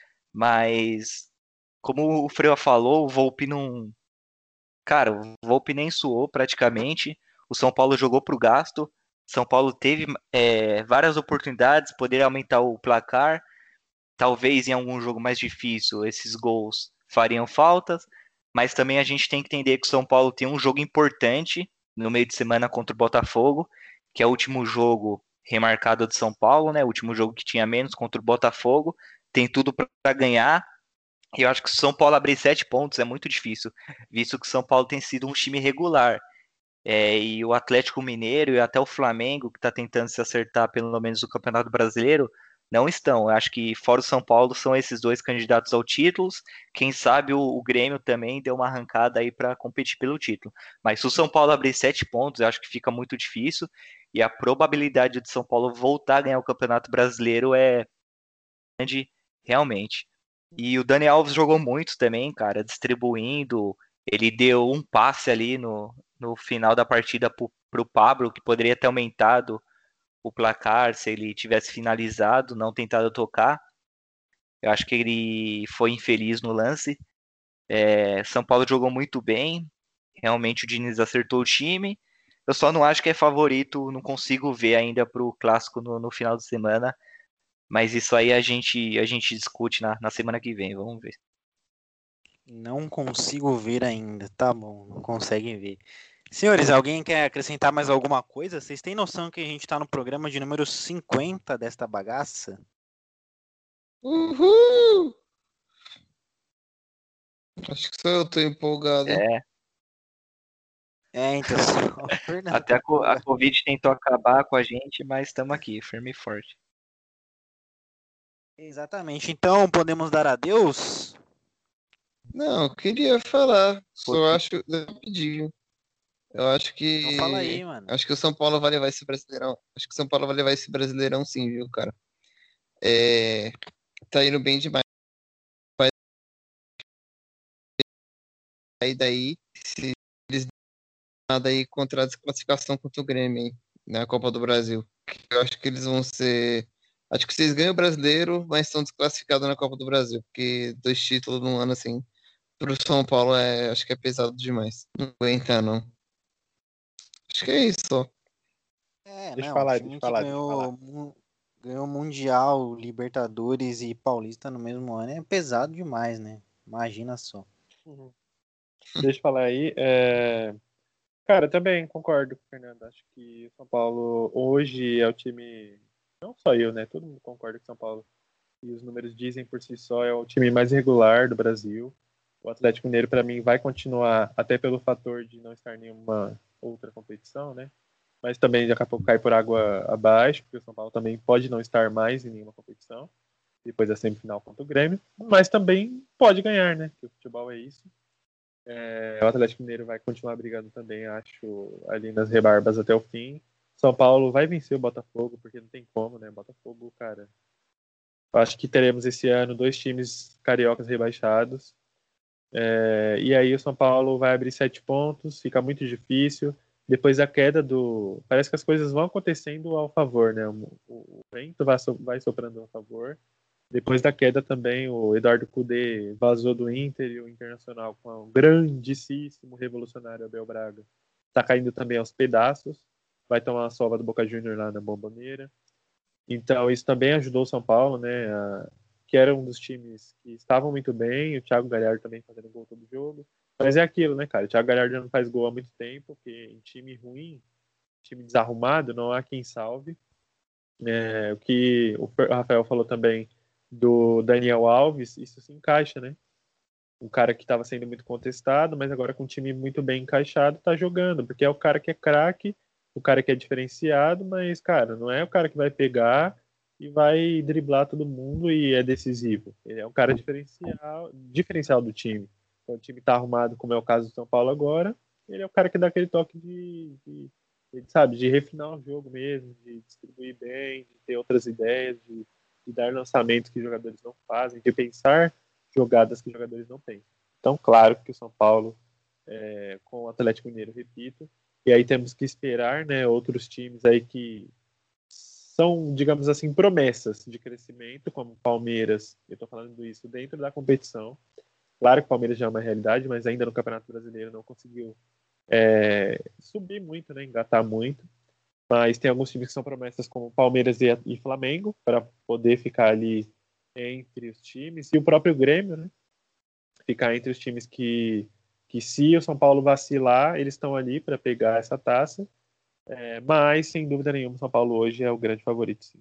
Mas, como o Freua falou, o Volpi não. Cara, o Volpi nem suou praticamente. O São Paulo jogou pro gasto. São Paulo teve várias oportunidades, poderia aumentar o placar. Talvez em algum jogo mais difícil esses gols fariam faltas. Mas também a gente tem que entender que o São Paulo tem um jogo importante no meio de semana contra o Botafogo, que é o último jogo remarcado de São Paulo, né? O último jogo que tinha menos contra o Botafogo. Tem tudo para ganhar. E eu acho que se o São Paulo abrir 7 pontos é muito difícil, visto que o São Paulo tem sido um time regular. E o Atlético Mineiro e até o Flamengo, que está tentando se acertar pelo menos no Campeonato Brasileiro, não estão. Eu acho que fora o São Paulo são esses 2 candidatos ao título. Quem sabe o Grêmio também deu uma arrancada aí para competir pelo título. Mas se o São Paulo abrir 7 pontos, eu acho que fica muito difícil. E a probabilidade de São Paulo voltar a ganhar o Campeonato Brasileiro é grande, realmente. E o Dani Alves jogou muito também, cara, distribuindo. Ele deu um passe ali no final da partida pro Pablo, que poderia ter aumentado o placar se ele tivesse finalizado, não tentado tocar. Eu acho que ele foi infeliz no lance. São Paulo jogou muito bem. Realmente o Diniz acertou o time. Eu só não acho que é favorito, não consigo ver ainda pro clássico no final de semana. Mas isso aí a gente discute na semana que vem, vamos ver. Não consigo ver ainda. Tá bom, não conseguem ver. Senhores, alguém quer acrescentar mais alguma coisa? Vocês têm noção que a gente está no programa de número 50 desta bagaça? Uhul! Acho que só eu tô empolgado, hein? Então, só o Fernando Até tá a empolgado. Covid tentou acabar com a gente, mas estamos aqui, firme e forte. Exatamente. Então, podemos dar adeus? Não, eu queria falar, só Pode- acho rapidinho. Eu acho Então fala que aí, mano. acho que o São Paulo vai levar esse Brasileirão. Acho que o São Paulo vai levar esse Brasileirão sim, viu, cara? É, tá indo bem demais. Vai sair daí se eles nada aí contra a desclassificação contra o Grêmio hein, na Copa do Brasil. Eu acho que eles vão ser. Acho que vocês ganham o brasileiro, mas são desclassificados na Copa do Brasil, porque 2 títulos num ano assim, pro São Paulo acho que é pesado demais. Não aguenta, não. Acho que é isso, ó. Deixa eu Não, o falar, deixa time eu que falar, deixa eu falar. ganhou Mundial, Libertadores e Paulista no mesmo ano é pesado demais, né? Imagina só. Uhum. Deixa eu falar aí. Cara, também concordo com o Fernando. Acho que o São Paulo hoje é o time. Não só eu, né? Todo mundo concorda que o São Paulo, e os números dizem por si só, é o time mais regular do Brasil. O Atlético Mineiro, para mim, vai continuar, até pelo fator de não estar em nenhuma outra competição, né? Mas também daqui a pouco cai por água abaixo, porque o São Paulo também pode não estar mais em nenhuma competição, depois da semifinal contra o Grêmio, mas também pode ganhar, né? Porque o futebol é isso. O Atlético Mineiro vai continuar brigando também, acho, ali nas rebarbas até o fim. São Paulo vai vencer o Botafogo, porque não tem como, né? Botafogo, cara. Eu acho que teremos esse ano 2 times cariocas rebaixados. E aí o São Paulo vai abrir 7 pontos, fica muito difícil. Depois da queda do. Parece que as coisas vão acontecendo ao favor, né? O vento vai soprando ao favor. Depois da queda também, o Eduardo Cudê vazou do Inter e o Internacional com o grandíssimo revolucionário Abel Braga. Está caindo também aos pedaços. Vai tomar a sova do Boca Juniors lá na Bombonera. Então, isso também ajudou o São Paulo, né? Que era um dos times que estavam muito bem. O Thiago Galhardo também fazendo gol todo jogo. Mas é aquilo, né, cara? O Thiago Galhardo já não faz gol há muito tempo, porque em time ruim, time desarrumado, não há quem salve. O que o Rafael falou também do Daniel Alves, isso se encaixa, né? um cara que estava sendo muito contestado, mas agora com um time muito bem encaixado, tá jogando, porque é o cara que é craque, o cara que é diferenciado, mas, cara, não é o cara que vai pegar e vai driblar todo mundo e é decisivo. Ele é um cara diferencial do time. Então, o time tá arrumado, como é o caso do São Paulo agora, ele é o cara que dá aquele toque sabe, de refinar o jogo mesmo, de distribuir bem, de ter outras ideias, de dar lançamentos que os jogadores não fazem, de pensar jogadas que os jogadores não têm. Então, claro que o São Paulo, com o Atlético Mineiro, repito, e aí temos que esperar, né, outros times aí que são, digamos assim, promessas de crescimento, como o Palmeiras, eu estou falando isso dentro da competição. Claro que o Palmeiras já é uma realidade, mas ainda no Campeonato Brasileiro não conseguiu subir muito, né, engatar muito. Mas tem alguns times que são promessas, como Palmeiras e Flamengo, para poder ficar ali entre os times. E o próprio Grêmio, né? Ficar entre os times que se o São Paulo vacilar, eles estão ali para pegar essa taça. Mas, sem dúvida nenhuma, o São Paulo hoje é o grande favorito, sim.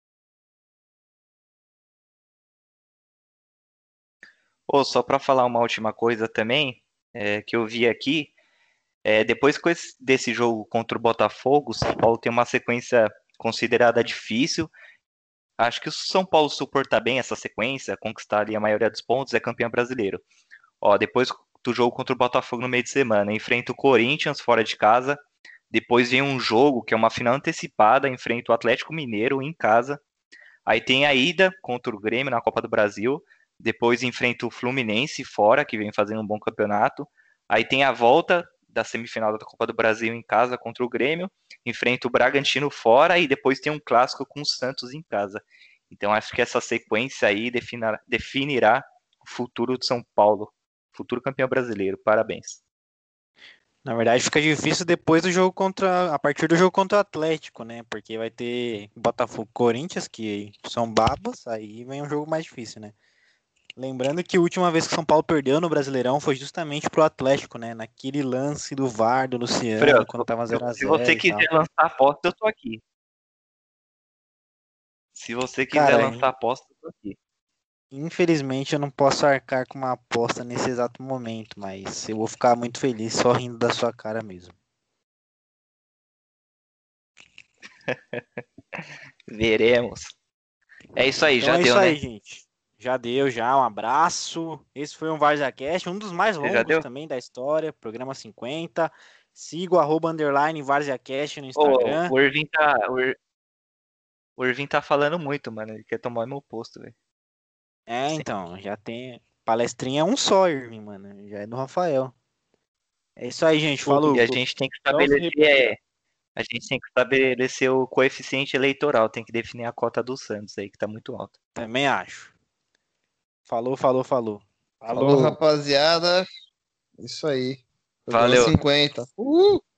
Só para falar uma última coisa também, que eu vi aqui, depois desse jogo contra o Botafogo, o São Paulo tem uma sequência considerada difícil. Acho que se o São Paulo suportar bem essa sequência, conquistar ali a maioria dos pontos, é campeão brasileiro. Depois do jogo contra o Botafogo no meio de semana, enfrenta o Corinthians fora de casa. Depois vem um jogo que é uma final antecipada, enfrenta o Atlético Mineiro em casa. Aí tem a ida contra o Grêmio na Copa do Brasil. Depois enfrenta o Fluminense fora, que vem fazendo um bom campeonato. Aí tem a volta da semifinal da Copa do Brasil em casa contra o Grêmio. Enfrenta o Bragantino fora e depois tem um clássico com o Santos em casa. Então acho que essa sequência aí definirá o futuro de São Paulo. Futuro campeão brasileiro. Parabéns. Na verdade, fica difícil a partir do jogo contra o Atlético, né? Porque vai ter Botafogo e Corinthians, que são babas, aí vem um jogo mais difícil, né? Lembrando que a última vez que o São Paulo perdeu no Brasileirão foi justamente pro Atlético, né? Naquele lance do VAR, do Luciano, quando tava 0x0 se você e tal. quiser lançar aposta, eu tô aqui. Se você quiser lançar aposta, eu tô aqui. Infelizmente eu não posso arcar com uma aposta nesse exato momento, mas eu vou ficar muito feliz só rindo da sua cara mesmo. Veremos. É isso aí, Então já é deu, isso aí, né? gente. Já deu, já. Um abraço. Esse foi um VarziaCast, um dos mais Você já longos deu? também da história, programa 50. Siga o @VarziaCast no Ô, Instagram. o Irving tá falando muito, mano. Ele quer tomar meu posto, velho. Então, já tem. Palestrinha é um só, Irving, mano. Já é do Rafael. É isso aí, gente. Todos, E Falou. a todos. gente tem que Não se estabelecer, a gente tem que estabelecer o coeficiente eleitoral, tem que definir a cota do Santos aí, que tá muito alta. Também acho. Falou, falou, falou. Falou, Falou. rapaziada. Isso aí. Programa Valeu. 50.